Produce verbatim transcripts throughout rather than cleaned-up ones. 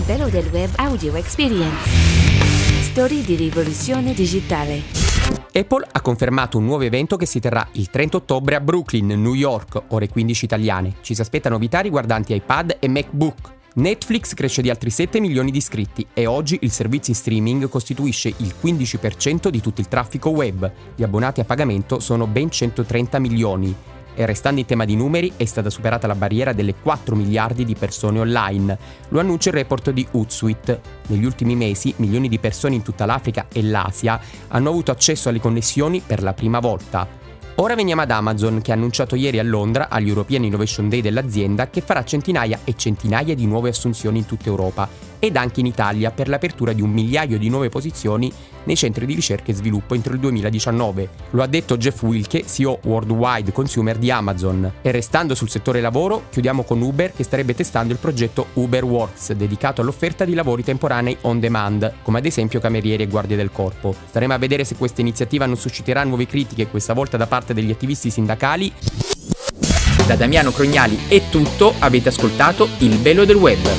bello del web audio experience. Storie di rivoluzione digitale. Apple ha confermato un nuovo evento che si terrà il trenta ottobre a Brooklyn, New York, ore quindici italiane. Ci si aspetta novità riguardanti iPad e MacBook. Netflix cresce di altri sette milioni di iscritti e oggi il servizio in streaming costituisce il quindici per cento di tutto il traffico web. Gli abbonati a pagamento sono ben centotrenta milioni. E restando in tema di numeri, è stata superata la barriera delle quattro miliardi di persone online. Lo annuncia il report di Hootsuite. Negli ultimi mesi, milioni di persone in tutta l'Africa e l'Asia hanno avuto accesso alle connessioni per la prima volta. Ora veniamo ad Amazon, che ha annunciato ieri a Londra, agli European Innovation Day dell'azienda, che farà centinaia e centinaia di nuove assunzioni in tutta Europa ed anche in Italia per l'apertura di un migliaio di nuove posizioni nei centri di ricerca e sviluppo entro il duemiladiciannove. Lo ha detto Jeff Wilke, C E O Worldwide Consumer di Amazon. E restando sul settore lavoro, chiudiamo con Uber, che starebbe testando il progetto Uber Works, dedicato all'offerta di lavori temporanei on demand, come ad esempio camerieri e guardie del corpo. Staremo a vedere se questa iniziativa non susciterà nuove critiche, questa volta da parte degli attivisti sindacali. Da Damiano Crognali è tutto, avete ascoltato Il Bello del Web.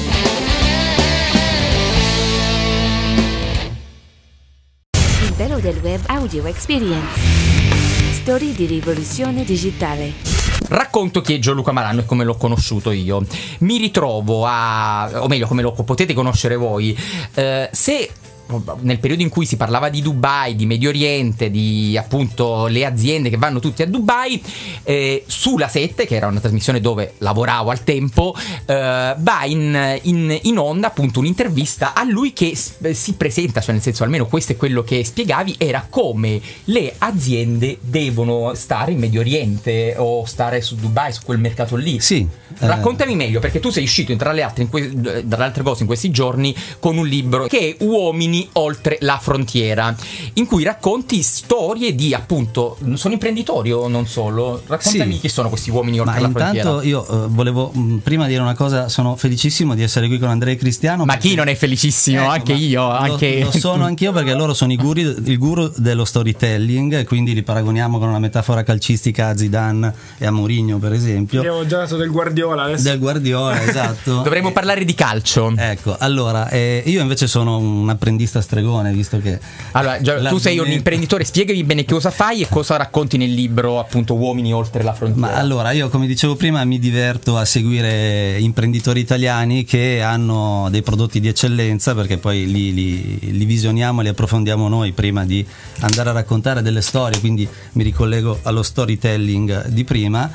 Il bello del web audio experience. Storie di rivoluzione digitale. Racconto chi è Gianluca Marano e come l'ho conosciuto io. Mi ritrovo a, o meglio come lo potete conoscere voi, eh, se nel periodo in cui si parlava di Dubai, di Medio Oriente, di appunto le aziende che vanno tutti a Dubai, eh, su La sette, che era una trasmissione dove lavoravo al tempo, eh, va in, in, in onda appunto un'intervista a lui che si presenta, cioè nel senso, almeno questo è quello che spiegavi, era come le aziende devono stare in Medio Oriente o stare su Dubai, su quel mercato lì. Sì. Raccontami eh... meglio, perché tu sei uscito tra le altre, in que- tra le altre cose in questi giorni con un libro che è Uomini oltre la frontiera, in cui racconti storie di, appunto, sono imprenditori o non solo? Raccontami sì. Chi sono questi uomini oltre ma la frontiera. Ma intanto io uh, volevo mh, prima dire una cosa, sono felicissimo di essere qui con Andrea Cristiano. Ma perché... chi non è felicissimo? Eh, anche io, anche... Lo, lo sono anch'io, perché loro sono i guru, il guru dello storytelling, quindi li paragoniamo con una metafora calcistica a Zidane e a Mourinho, per esempio. Abbiamo già dato del Guardiola adesso. Del Guardiola, esatto. Dovremmo parlare di calcio. Ecco, allora, eh, io invece sono un apprendista stregone, visto che allora già, tu sei un imprenditore, spiegami bene cosa fai e cosa racconti nel libro, appunto, Uomini oltre la frontiera. Ma allora, io, come dicevo prima, mi diverto a seguire imprenditori italiani che hanno dei prodotti di eccellenza, perché poi li, li, li visioniamo, li approfondiamo noi prima di andare a raccontare delle storie, quindi mi ricollego allo storytelling di prima.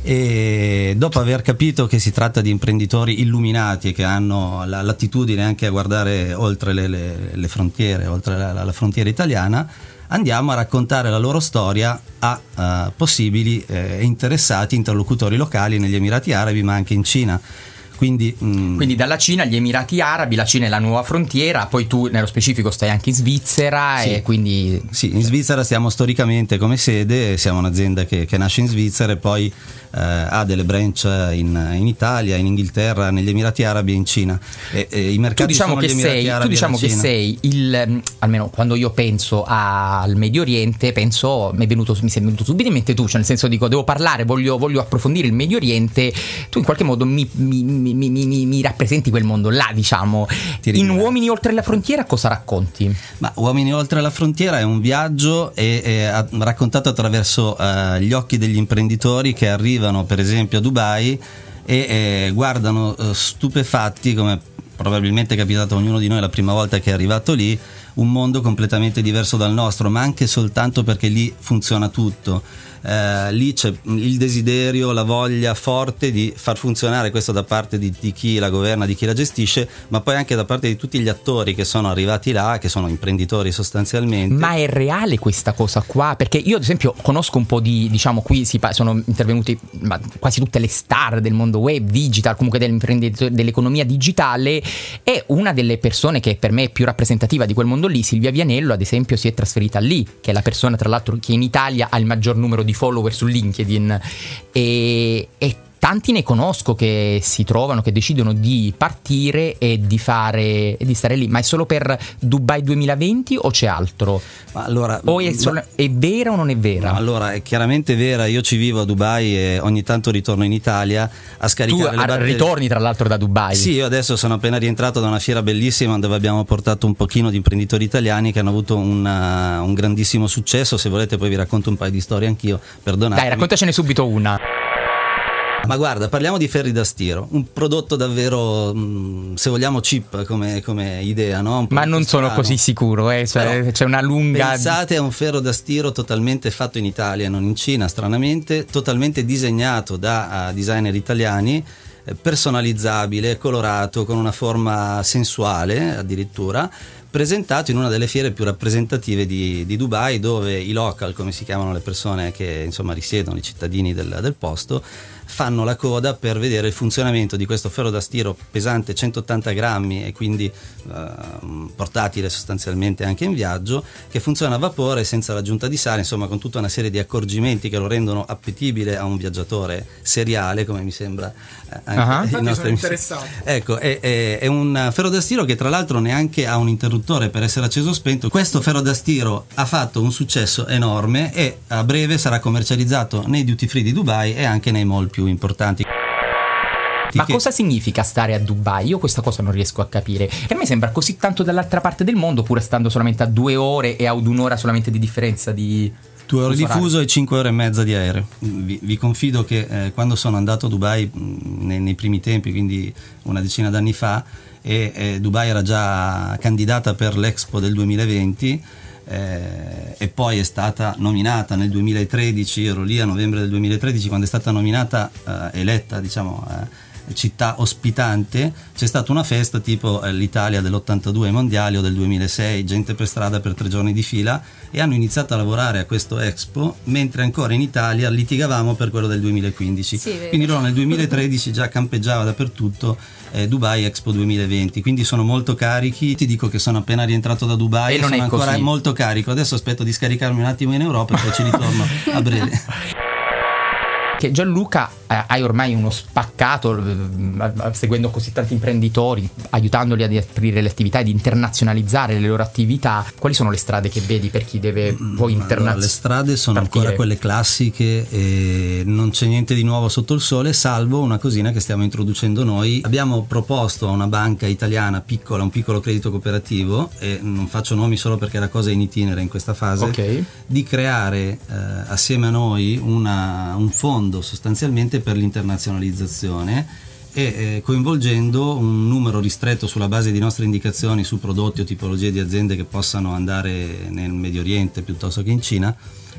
E dopo aver capito che si tratta di imprenditori illuminati e che hanno la, l'attitudine anche a guardare oltre le, le, le frontiere, oltre la, la frontiera italiana, andiamo a raccontare la loro storia a uh, possibili eh, interessati interlocutori locali negli Emirati Arabi, ma anche in Cina. Quindi, mm, Quindi dalla Cina agli Emirati Arabi, la Cina è la nuova frontiera, poi tu nello specifico stai anche in Svizzera, sì, e quindi... Sì, in Svizzera stiamo storicamente come sede, siamo un'azienda che, che nasce in Svizzera e poi eh, ha delle branch in, in Italia, in Inghilterra, negli Emirati Arabi e in Cina. E, e i mercati tu diciamo sono che gli Emirati sei, Arabi tu diciamo e la che Cina. sei il, almeno quando io penso al Medio Oriente, penso, mi è venuto, mi sei venuto subito in mente tu, cioè nel senso, dico, devo parlare, voglio, voglio approfondire il Medio Oriente, tu in qualche modo mi, mi, mi, mi, mi, mi rappresenti quel mondo là, diciamo. In Uomini oltre la frontiera cosa racconti? Ma Uomini oltre la frontiera è un viaggio e, e raccontato attraverso uh, gli occhi degli imprenditori che arrivano per esempio a Dubai e, e guardano uh, stupefatti, come probabilmente è capitato a ognuno di noi la prima volta che è arrivato lì, un mondo completamente diverso dal nostro, ma anche soltanto perché lì funziona tutto. Eh, lì c'è il desiderio, la voglia forte di far funzionare questo da parte di, di chi la governa, di chi la gestisce, ma poi anche da parte di tutti gli attori che sono arrivati là, che sono imprenditori sostanzialmente. Ma è reale questa cosa qua? Perché io ad esempio conosco un po' di, diciamo, qui si pa- sono intervenuti ma, quasi tutte le star del mondo web, digital, comunque dell'economia digitale, e una delle persone che per me è più rappresentativa di quel mondo lì, Silvia Vianello, ad esempio, si è trasferita lì, che è la persona tra l'altro che in Italia ha il maggior numero di follower su LinkedIn, e, e tanti ne conosco che si trovano, che decidono di partire e di fare e di stare lì, ma è solo per Dubai duemilaventi o c'è altro? Ma allora, o è, solo, è vera o non è vera? No, allora è chiaramente vera, io ci vivo a Dubai e ogni tanto ritorno in Italia a scaricare tu le batterie. Ritorni tra l'altro da Dubai? Sì, io adesso sono appena rientrato da una fiera bellissima dove abbiamo portato un pochino di imprenditori italiani che hanno avuto una, un grandissimo successo. Se volete poi vi racconto un paio di storie anch'io, perdonatemi. Dai, raccontacene subito una. Ma guarda, parliamo di ferri da stiro, un prodotto davvero, mh, se vogliamo, cheap come, come idea, no? Ma non sono strano. Così sicuro, eh? Cioè, c'è una lunga... Pensate a un ferro da stiro totalmente fatto in Italia e non in Cina, stranamente, totalmente disegnato da uh, designer italiani, eh, personalizzabile, colorato, con una forma sensuale addirittura, presentato in una delle fiere più rappresentative di, di Dubai, dove i local, come si chiamano le persone che insomma risiedono, i cittadini del, del posto, fanno la coda per vedere il funzionamento di questo ferro da stiro pesante centottanta grammi e quindi eh, portatile sostanzialmente anche in viaggio, che funziona a vapore senza l'aggiunta di sale, insomma con tutta una serie di accorgimenti che lo rendono appetibile a un viaggiatore seriale, come mi sembra eh, anche uh-huh. i nostri interessato. Ecco, è, è, è un ferro da stiro che tra l'altro neanche ha un interruttore per essere acceso o spento. Questo ferro da stiro ha fatto un successo enorme e a breve sarà commercializzato nei duty free di Dubai e anche nei mall più importanti. Ma che... cosa significa stare a Dubai? Io questa cosa non riesco a capire. Per me sembra così tanto dall'altra parte del mondo, pur stando solamente a due ore e ad un'ora solamente di differenza di... Due ore di fuso e cinque ore e mezza di aereo. Vi, vi confido che eh, quando sono andato a Dubai mh, nei, nei primi tempi, quindi una decina d'anni fa, e eh, Dubai era già candidata per l'Expo del duemilaventi, Eh, e poi è stata nominata nel duemilatredici, io ero lì a novembre del duemilatredici quando è stata nominata, eh, eletta diciamo eh, città ospitante. C'è stata una festa tipo eh, l'Italia dell'ottantadue mondiali o del duemilasei, gente per strada per tre giorni di fila, e hanno iniziato a lavorare a questo Expo mentre ancora in Italia litigavamo per quello del duemilaquindici. Sì, quindi loro nel duemilatredici già campeggiava dappertutto eh, Dubai Expo duemilaventi, quindi sono molto carichi. Ti dico che sono appena rientrato da Dubai e, e sono ancora così. molto carico. Adesso aspetto di scaricarmi un attimo in Europa e poi ci ritorno a breve. Che Gianluca, eh, hai ormai uno spaccato, eh, seguendo così tanti imprenditori, aiutandoli ad aprire le attività, ad internazionalizzare le loro attività. Quali sono le strade che vedi per chi deve poi internazionalizzare? Allora, le strade sono partire. ancora quelle classiche e non c'è niente di nuovo sotto il sole, salvo una cosina che stiamo introducendo noi. Abbiamo proposto a una banca italiana piccola, un piccolo credito cooperativo, e non faccio nomi solo perché la cosa è in itinere in questa fase, okay. di creare eh, assieme a noi una, un fondo sostanzialmente per l'internazionalizzazione e eh, coinvolgendo un numero ristretto sulla base di nostre indicazioni su prodotti o tipologie di aziende che possano andare nel Medio Oriente piuttosto che in Cina,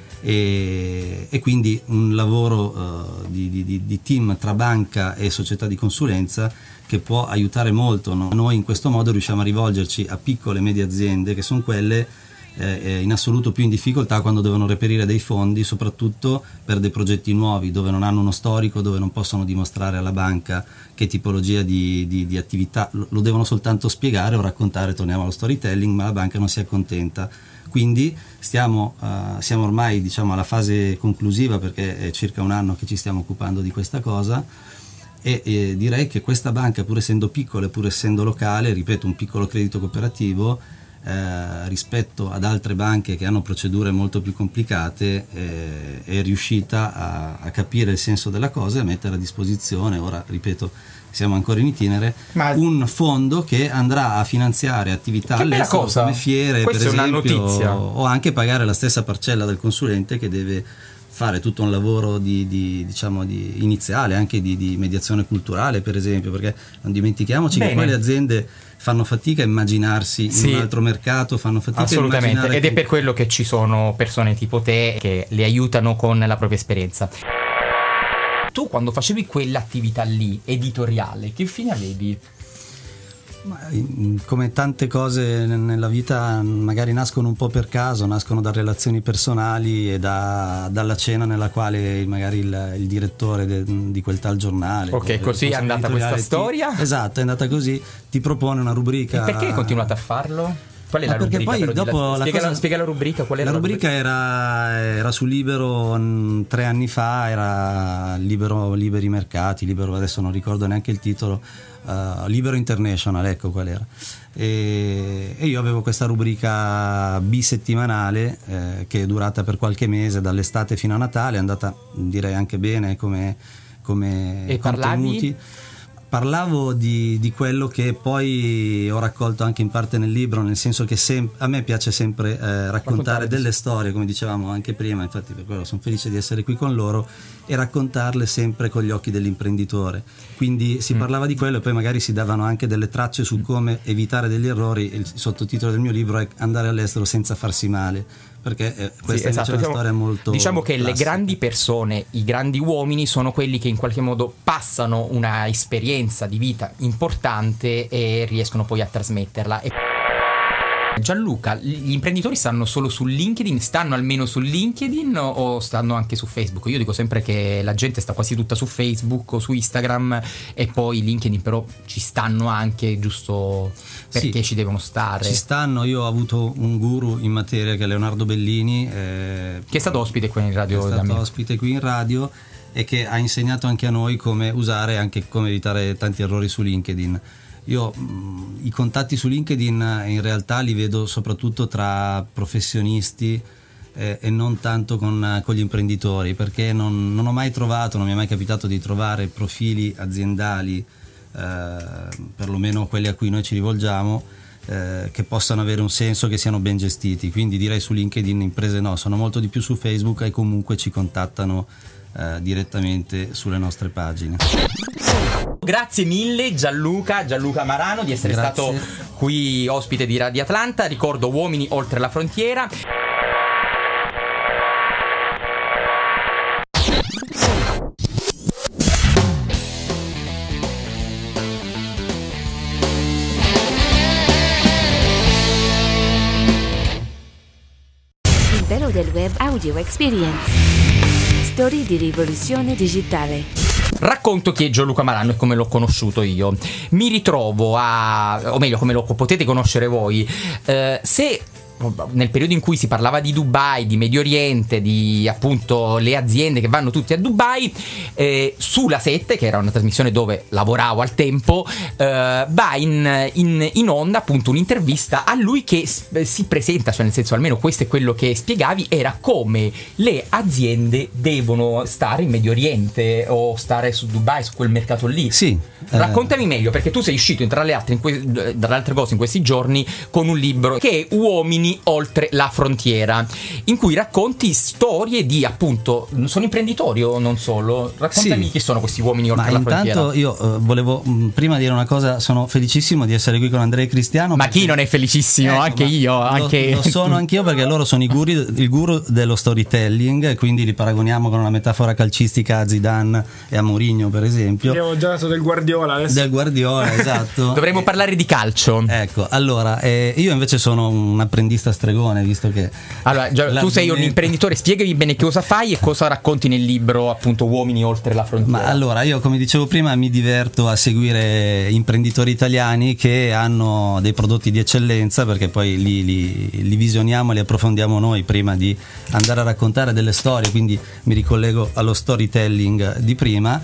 e, e quindi un lavoro uh, di, di, di team tra banca e società di consulenza che può aiutare molto, no? Noi in questo modo riusciamo a rivolgerci a piccole e medie aziende che sono quelle Eh, in assoluto più in difficoltà quando devono reperire dei fondi, soprattutto per dei progetti nuovi dove non hanno uno storico, dove non possono dimostrare alla banca che tipologia di, di, di attività, lo devono soltanto spiegare o raccontare, torniamo allo storytelling, ma la banca non si accontenta. Quindi stiamo, uh, siamo ormai diciamo alla fase conclusiva, perché è circa un anno che ci stiamo occupando di questa cosa, e, e direi che questa banca, pur essendo piccola e pur essendo locale, ripeto, un piccolo credito cooperativo, Eh, rispetto ad altre banche che hanno procedure molto più complicate, eh, è riuscita a, a capire il senso della cosa e a mettere a disposizione, ora ripeto siamo ancora in itinere, Ma un fondo che andrà a finanziare attività all'estero come fiere, Questa per esempio, è una notizia. o anche pagare la stessa parcella del consulente che deve fare tutto un lavoro di, di, diciamo di iniziale, anche di, di mediazione culturale, per esempio, perché non dimentichiamoci Bene. che poi le aziende fanno fatica a immaginarsi sì, in un altro mercato, fanno fatica assolutamente, a immaginare ed è per quello che ci sono persone tipo te che le aiutano con la propria esperienza. Tu quando facevi quell'attività lì, editoriale, che fine avevi? Ma, come tante cose nella vita, magari nascono un po' per caso, nascono da relazioni personali e da, dalla cena nella quale magari il, il direttore de, di quel tal giornale, ok, così è andata questa ti, storia? Esatto, è andata così, ti propone una rubrica. E perché hai continuato a farlo? Qual è Ma la perché rubrica? poi però, dopo la, la spiega, cosa- la, spiega la rubrica, qual era La rubrica era, era su Libero mh, tre anni fa, era Libero, Liberi Mercati, Libero, adesso non ricordo neanche il titolo, uh, Libero International, ecco qual era. E, e io avevo questa rubrica bisettimanale eh, che è durata per qualche mese, dall'estate fino a Natale, è andata direi anche bene come, come E parlavi? contenuti. Parlavo di, di quello che poi ho raccolto anche in parte nel libro, nel senso che sem- a me piace sempre eh, raccontare, Raccontare, delle storie, come dicevamo anche prima, infatti per quello sono felice di essere qui con loro, e raccontarle sempre con gli occhi dell'imprenditore. Quindi si Mm. parlava di quello e poi magari si davano anche delle tracce su come evitare degli errori. Il sottotitolo del mio libro è Andare all'estero senza farsi male, perché eh, questa Sì, invece esatto, è una diciamo, storia molto diciamo che le classica. grandi persone, i grandi uomini sono quelli che in qualche modo passano una esperienza di vita importante e riescono poi a trasmetterla. E Gianluca, gli imprenditori stanno solo su LinkedIn? Stanno almeno su LinkedIn o stanno anche su Facebook? Io dico sempre che la gente sta quasi tutta su Facebook o su Instagram, e poi LinkedIn però ci stanno anche, giusto perché Sì, ci devono stare. Ci stanno, io ho avuto un guru in materia che è Leonardo Bellini, eh, Che è stato ospite qui in che radio è da stato me. ospite qui in radio e che ha insegnato anche a noi come usare, anche come evitare tanti errori su LinkedIn. Io mh, i contatti su LinkedIn in realtà li vedo soprattutto tra professionisti eh, e non tanto con, con gli imprenditori, perché non, non ho mai trovato, non mi è mai capitato di trovare profili aziendali, eh, perlomeno quelli a cui noi ci rivolgiamo, eh, che possano avere un senso, che siano ben gestiti. Quindi direi su LinkedIn imprese no, sono molto di più su Facebook e comunque ci contattano eh, direttamente sulle nostre pagine. Grazie mille Gianluca, Gianluca Marano, di essere Grazie. stato qui ospite di Radio Atlanta. Ricordo Uomini oltre la frontiera. Il velo del web audio experience. Storie di rivoluzione digitale. Racconto chi è Gianluca Marano e come l'ho conosciuto io. Mi ritrovo a, o meglio come lo potete conoscere voi, eh, se nel periodo in cui si parlava di Dubai, di Medio Oriente, di appunto le aziende che vanno tutte a Dubai, eh, sulla sette, che era una trasmissione dove lavoravo al tempo, eh, va in, in, in onda appunto un'intervista a lui che si presenta, cioè nel senso, almeno questo è quello che spiegavi, era come le aziende devono stare in Medio Oriente o stare su Dubai, su quel mercato lì. Sì. Raccontami meglio, perché tu sei uscito tra le altre, in que- tra le altre cose in questi giorni con un libro che è Uomini oltre la frontiera, in cui racconti storie di, appunto, sono imprenditori o non solo? Raccontami Sì. chi sono questi uomini oltre Ma la frontiera. intanto io eh, volevo mh, prima dire una cosa, sono felicissimo di essere qui con Andrea e Cristiano. Ma perché- chi non è felicissimo? Ecco, Anche ma io, lo- anche lo sono anch'io, perché loro sono i guru, il guru dello storytelling, quindi li paragoniamo con una metafora calcistica a Zidane e a Mourinho, per esempio. Abbiamo già dato del Guardiola, adesso Del Guardiola, esatto. dovremmo parlare di calcio. Ecco, allora, eh, io invece sono un apprendista stregone, visto che... Allora, già, tu sei un l'argomento- imprenditore, spiegami bene che cosa fai e cosa racconti nel libro, appunto, Uomini oltre la frontiera. Ma allora, io come dicevo prima mi diverto a seguire imprenditori italiani che hanno dei prodotti di eccellenza, perché poi li, li, li visioniamo, li approfondiamo noi prima di andare a raccontare delle storie, quindi mi ricollego allo storytelling di prima.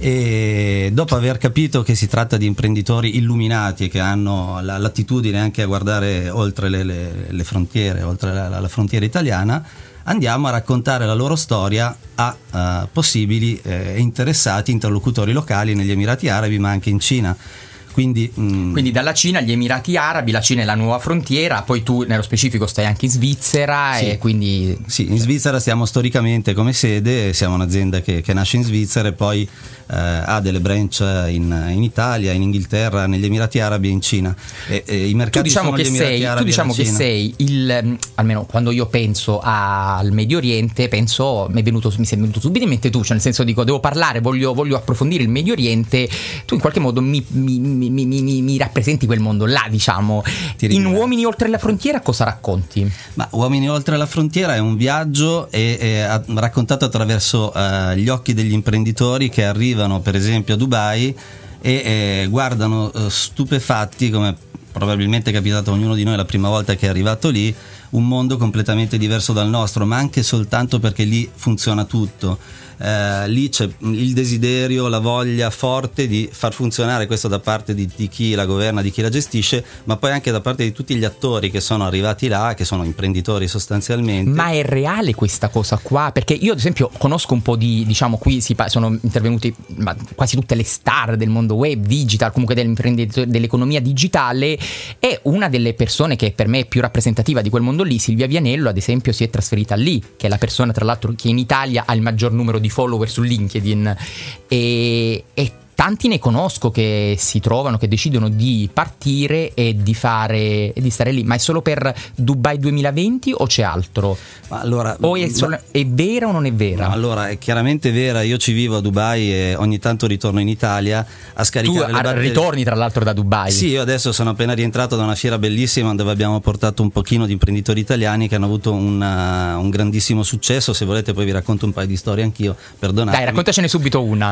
E dopo aver capito che si tratta di imprenditori illuminati e che hanno la, l'attitudine anche a guardare oltre le, le, le frontiere, oltre la, la frontiera italiana, andiamo a raccontare la loro storia a uh, possibili eh, interessati interlocutori locali negli Emirati Arabi, ma anche in Cina. Quindi, mh, Quindi dalla Cina agli Emirati Arabi, la Cina è la nuova frontiera, poi tu nello specifico stai anche in Svizzera, Sì. e quindi... Sì, in Svizzera siamo storicamente come sede, siamo un'azienda che, che nasce in Svizzera e poi eh, ha delle branch in, in Italia, in Inghilterra, negli Emirati Arabi e in Cina. E, e i Tu mercati diciamo sono che gli Emirati sei, Arabi tu diciamo e la che Cina. sei il, almeno quando io penso al Medio Oriente, penso, mi è venuto, mi sei venuto subito in mente tu, cioè nel senso, dico, devo parlare, voglio, voglio approfondire il Medio Oriente, tu in qualche modo mi, mi, mi, mi, mi, mi rappresenti quel mondo là, diciamo. Ti In ringrazio. Uomini oltre la frontiera cosa racconti? Ma Uomini oltre la frontiera è un viaggio e, e ha- raccontato attraverso eh, gli occhi degli imprenditori che arrivano per esempio a Dubai e eh, guardano eh, stupefatti, come probabilmente è capitato a ognuno di noi la prima volta che è arrivato lì, un mondo completamente diverso dal nostro, ma anche soltanto perché lì funziona tutto. Eh, lì c'è il desiderio, la voglia forte di far funzionare questo da parte di, di chi la governa, di chi la gestisce, ma poi anche da parte di tutti gli attori che sono arrivati là, che sono imprenditori sostanzialmente. Ma è reale questa cosa qua? Perché io ad esempio conosco un po' di, diciamo, qui si pa- sono intervenuti ma, quasi tutte le star del mondo web, digital, comunque dell'economia digitale, e una delle persone che per me è più rappresentativa di quel mondo lì, Silvia Vianello ad esempio, si è trasferita lì, che è la persona tra l'altro che in Italia ha il maggior numero di follower su LinkedIn, e, e tanti ne conosco che si trovano, che decidono di partire e di fare e di stare lì. Ma è solo per Dubai duemilaventi o c'è altro? Ma allora, o è, solo, ma, è vera o non è vera? No, allora è chiaramente vera. Io ci vivo a Dubai e ogni tanto ritorno in Italia a scaricare tu le batterie. Ritorni tra l'altro da Dubai? Sì, io adesso sono appena rientrato da una fiera bellissima dove abbiamo portato un pochino di imprenditori italiani che hanno avuto una, un grandissimo successo. Se volete poi vi racconto un paio di storie anch'io, perdonatemi. Dai, raccontacene subito una.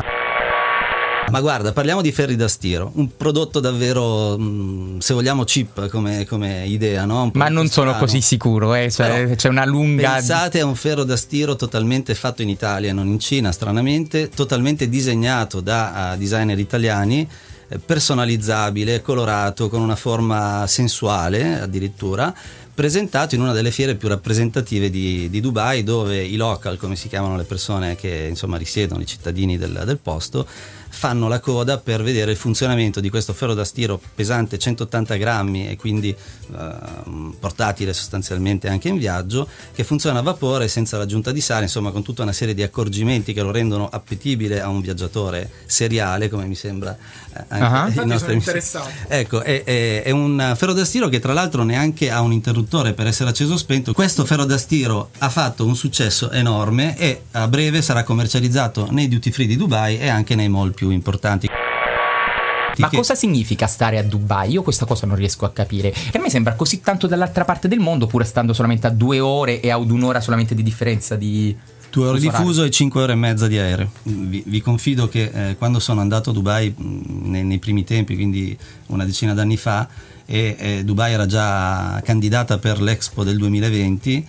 Ma guarda, parliamo di ferri da stiro, un prodotto davvero, mh, se vogliamo, cheap come, come idea, no? Ma non sono strano. Così sicuro, eh? Cioè, Però, c'è una lunga... Pensate a un ferro da stiro totalmente fatto in Italia, non in Cina, stranamente, totalmente disegnato da uh, designer italiani, eh, personalizzabile, colorato, con una forma sensuale addirittura, presentato in una delle fiere più rappresentative di, di Dubai, dove i local, come si chiamano le persone che insomma risiedono, i cittadini del, del posto, fanno la coda per vedere il funzionamento di questo ferro da stiro pesante centottanta grammi e quindi eh, portatile sostanzialmente anche in viaggio, che funziona a vapore senza l'aggiunta di sale, insomma con tutta una serie di accorgimenti che lo rendono appetibile a un viaggiatore seriale, come mi sembra eh, anche uh-huh. i nostri interessato. Ecco, è, è, è un ferro da stiro che tra l'altro neanche ha un interruttore per essere acceso o spento. Questo ferro da stiro ha fatto un successo enorme e a breve sarà commercializzato nei duty free di Dubai e anche nei mall più importanti. Ma che... cosa significa stare a Dubai? Io questa cosa non riesco a capire. Per me sembra così tanto dall'altra parte del mondo, pur stando solamente a due ore e ad un'ora solamente di differenza di... Due ore di fuso e cinque ore e mezza di aereo. Vi, vi confido che eh, quando sono andato a Dubai mh, nei, nei primi tempi, quindi una decina d'anni fa, e, e Dubai era già candidata per l'Expo del duemilaventi,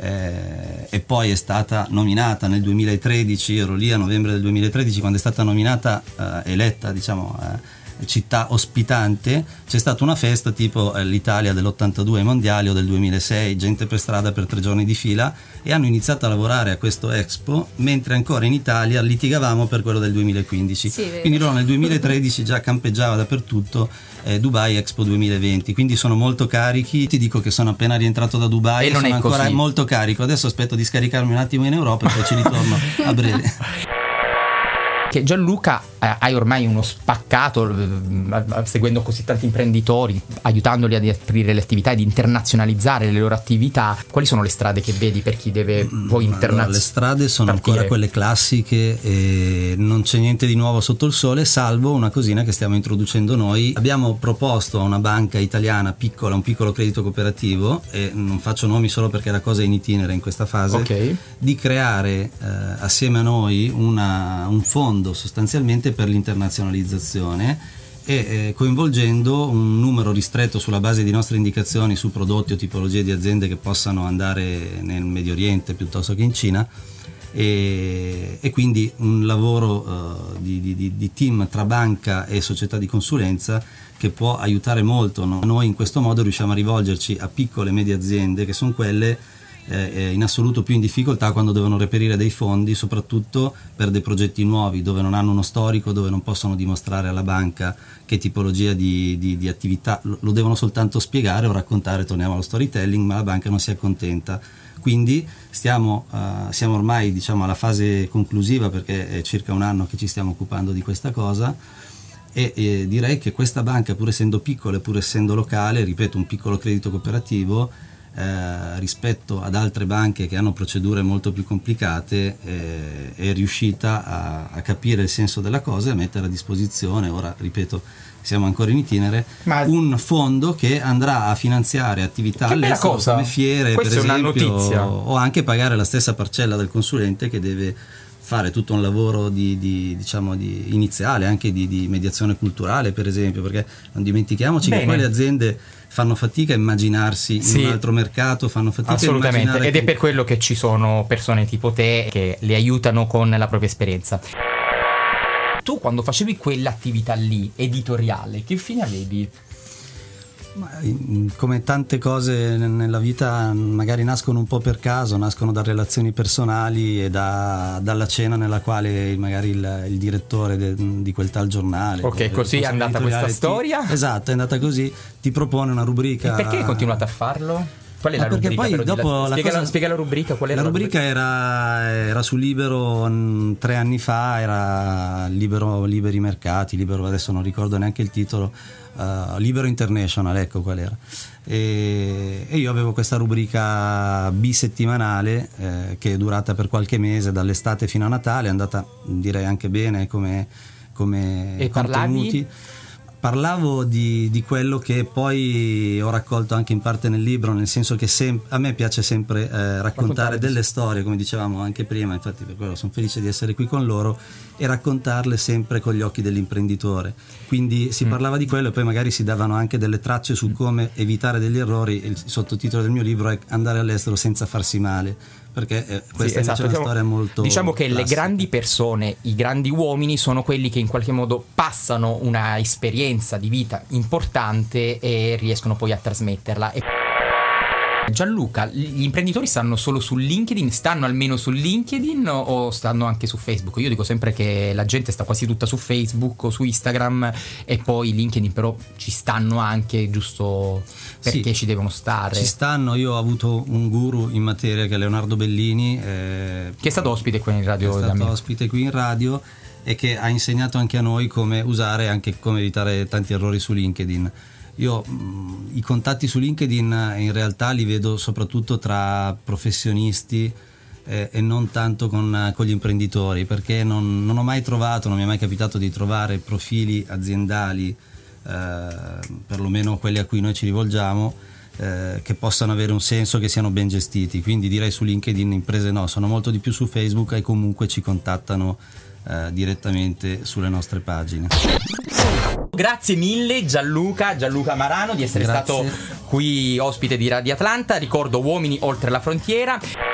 Eh, e poi è stata nominata nel duemilatredici, ero lì a novembre del duemilatredici quando è stata nominata, eh, eletta diciamo eh, città ospitante. C'è stata una festa tipo eh, l'Italia dell'ottantadue ai mondiali o del duemilasei, gente per strada per tre giorni di fila, e hanno iniziato a lavorare a questo Expo mentre ancora in Italia litigavamo per quello del duemilaquindici. Sì, quindi loro nel duemilatredici già campeggiava dappertutto eh, Dubai Expo duemilaventi, quindi sono molto carichi. Ti dico che sono appena rientrato da Dubai e, e sono ancora così. Molto carico. Adesso aspetto di scaricarmi un attimo in Europa e poi ci ritorno a breve. Che Gianluca, eh, hai ormai uno spaccato, eh, seguendo così tanti imprenditori, aiutandoli ad aprire le attività e ad internazionalizzare le loro attività. Quali sono le strade che vedi per chi deve poi internazionalizzare? Allora, le strade sono partire. ancora quelle classiche e non c'è niente di nuovo sotto il sole, salvo una cosina che stiamo introducendo noi. Abbiamo proposto a una banca italiana piccola, un piccolo credito cooperativo, e non faccio nomi solo perché la cosa è in itinere in questa fase, okay. di creare eh, assieme a noi una, un fondo sostanzialmente per l'internazionalizzazione, e eh, coinvolgendo un numero ristretto sulla base di nostre indicazioni su prodotti o tipologie di aziende che possano andare nel Medio Oriente piuttosto che in Cina, e, e quindi un lavoro uh, di, di, di team tra banca e società di consulenza che può aiutare molto, no? Noi in questo modo riusciamo a rivolgerci a piccole e medie aziende che sono quelle Eh, in assoluto più in difficoltà quando devono reperire dei fondi, soprattutto per dei progetti nuovi dove non hanno uno storico, dove non possono dimostrare alla banca che tipologia di, di, di attività, lo, lo devono soltanto spiegare o raccontare, torniamo allo storytelling, ma la banca non si accontenta. Quindi stiamo, uh, siamo ormai diciamo alla fase conclusiva, perché è circa un anno che ci stiamo occupando di questa cosa, e, e direi che questa banca, pur essendo piccola e pur essendo locale, ripeto, un piccolo credito cooperativo, Eh, rispetto ad altre banche che hanno procedure molto più complicate, eh, è riuscita a, a capire il senso della cosa e a mettere a disposizione, ora ripeto siamo ancora in itinere, ma un fondo che andrà a finanziare attività all'estero come fiere, questa per esempio, è una notizia. O anche pagare la stessa parcella del consulente che deve fare tutto un lavoro di, di, diciamo di iniziale, anche di, di mediazione culturale, per esempio, perché non dimentichiamoci Bene. che poi le aziende fanno fatica a immaginarsi sì, in un altro mercato, fanno fatica assolutamente. a immaginare ed è per quello che ci sono persone tipo te che le aiutano con la propria esperienza. Tu quando facevi quell'attività lì, editoriale, che fine avevi? Ma, come tante cose nella vita magari nascono un po' per caso, nascono da relazioni personali e da, dalla cena nella quale magari il, il direttore de, di quel tal giornale, ok, così è andata questa storia ti, esatto, è andata così, ti propone una rubrica. E perché hai continuato a farlo? Qual è Ma la perché rubrica? Poi dopo la, la, spiega, cosa, la, spiega la rubrica, qual era la la rubrica? La rubrica era, era su Libero mh, tre anni fa, era Libero, Liberi Mercati, Libero, adesso non ricordo neanche il titolo, uh, Libero International, ecco qual era. E, e io avevo questa rubrica bisettimanale eh, che è durata per qualche mese, dall'estate fino a Natale, è andata direi anche bene come, come e contenuti. Parlavi? Parlavo di, di quello che poi ho raccolto anche in parte nel libro, nel senso che sem- a me piace sempre eh, raccontare delle storie, come dicevamo anche prima, infatti per quello sono felice di essere qui con loro, e raccontarle sempre con gli occhi dell'imprenditore. Quindi si mm. parlava di quello e poi magari si davano anche delle tracce su come evitare degli errori. Il sottotitolo del mio libro è Andare all'estero senza farsi male, perché eh, questa sì, esatto. è una diciamo, storia molto diciamo che classica. Le grandi persone, i grandi uomini sono quelli che in qualche modo passano una esperienza di vita importante e riescono poi a trasmetterla. E Gianluca, gli imprenditori stanno solo su LinkedIn? Stanno almeno su LinkedIn o stanno anche su Facebook? Io dico sempre che la gente sta quasi tutta su Facebook o su Instagram, e poi LinkedIn però ci stanno anche, giusto perché sì, ci devono stare. Ci stanno, io ho avuto un guru in materia che è Leonardo Bellini, eh, che è stato ospite qui in radio. È stato da me. ospite qui in radio e che ha insegnato anche a noi come usare, anche come evitare tanti errori su LinkedIn. Io mh, i contatti su LinkedIn in realtà li vedo soprattutto tra professionisti eh, e non tanto con, con gli imprenditori, perché non, non ho mai trovato, non mi è mai capitato di trovare profili aziendali, eh, perlomeno quelli a cui noi ci rivolgiamo, eh, che possano avere un senso, che siano ben gestiti. Quindi direi su LinkedIn imprese no, sono molto di più su Facebook e comunque ci contattano eh, direttamente sulle nostre pagine. Grazie mille Gianluca, Gianluca Marano, di essere Grazie. stato qui ospite di Radio Atlanta. Ricordo Uomini oltre la frontiera.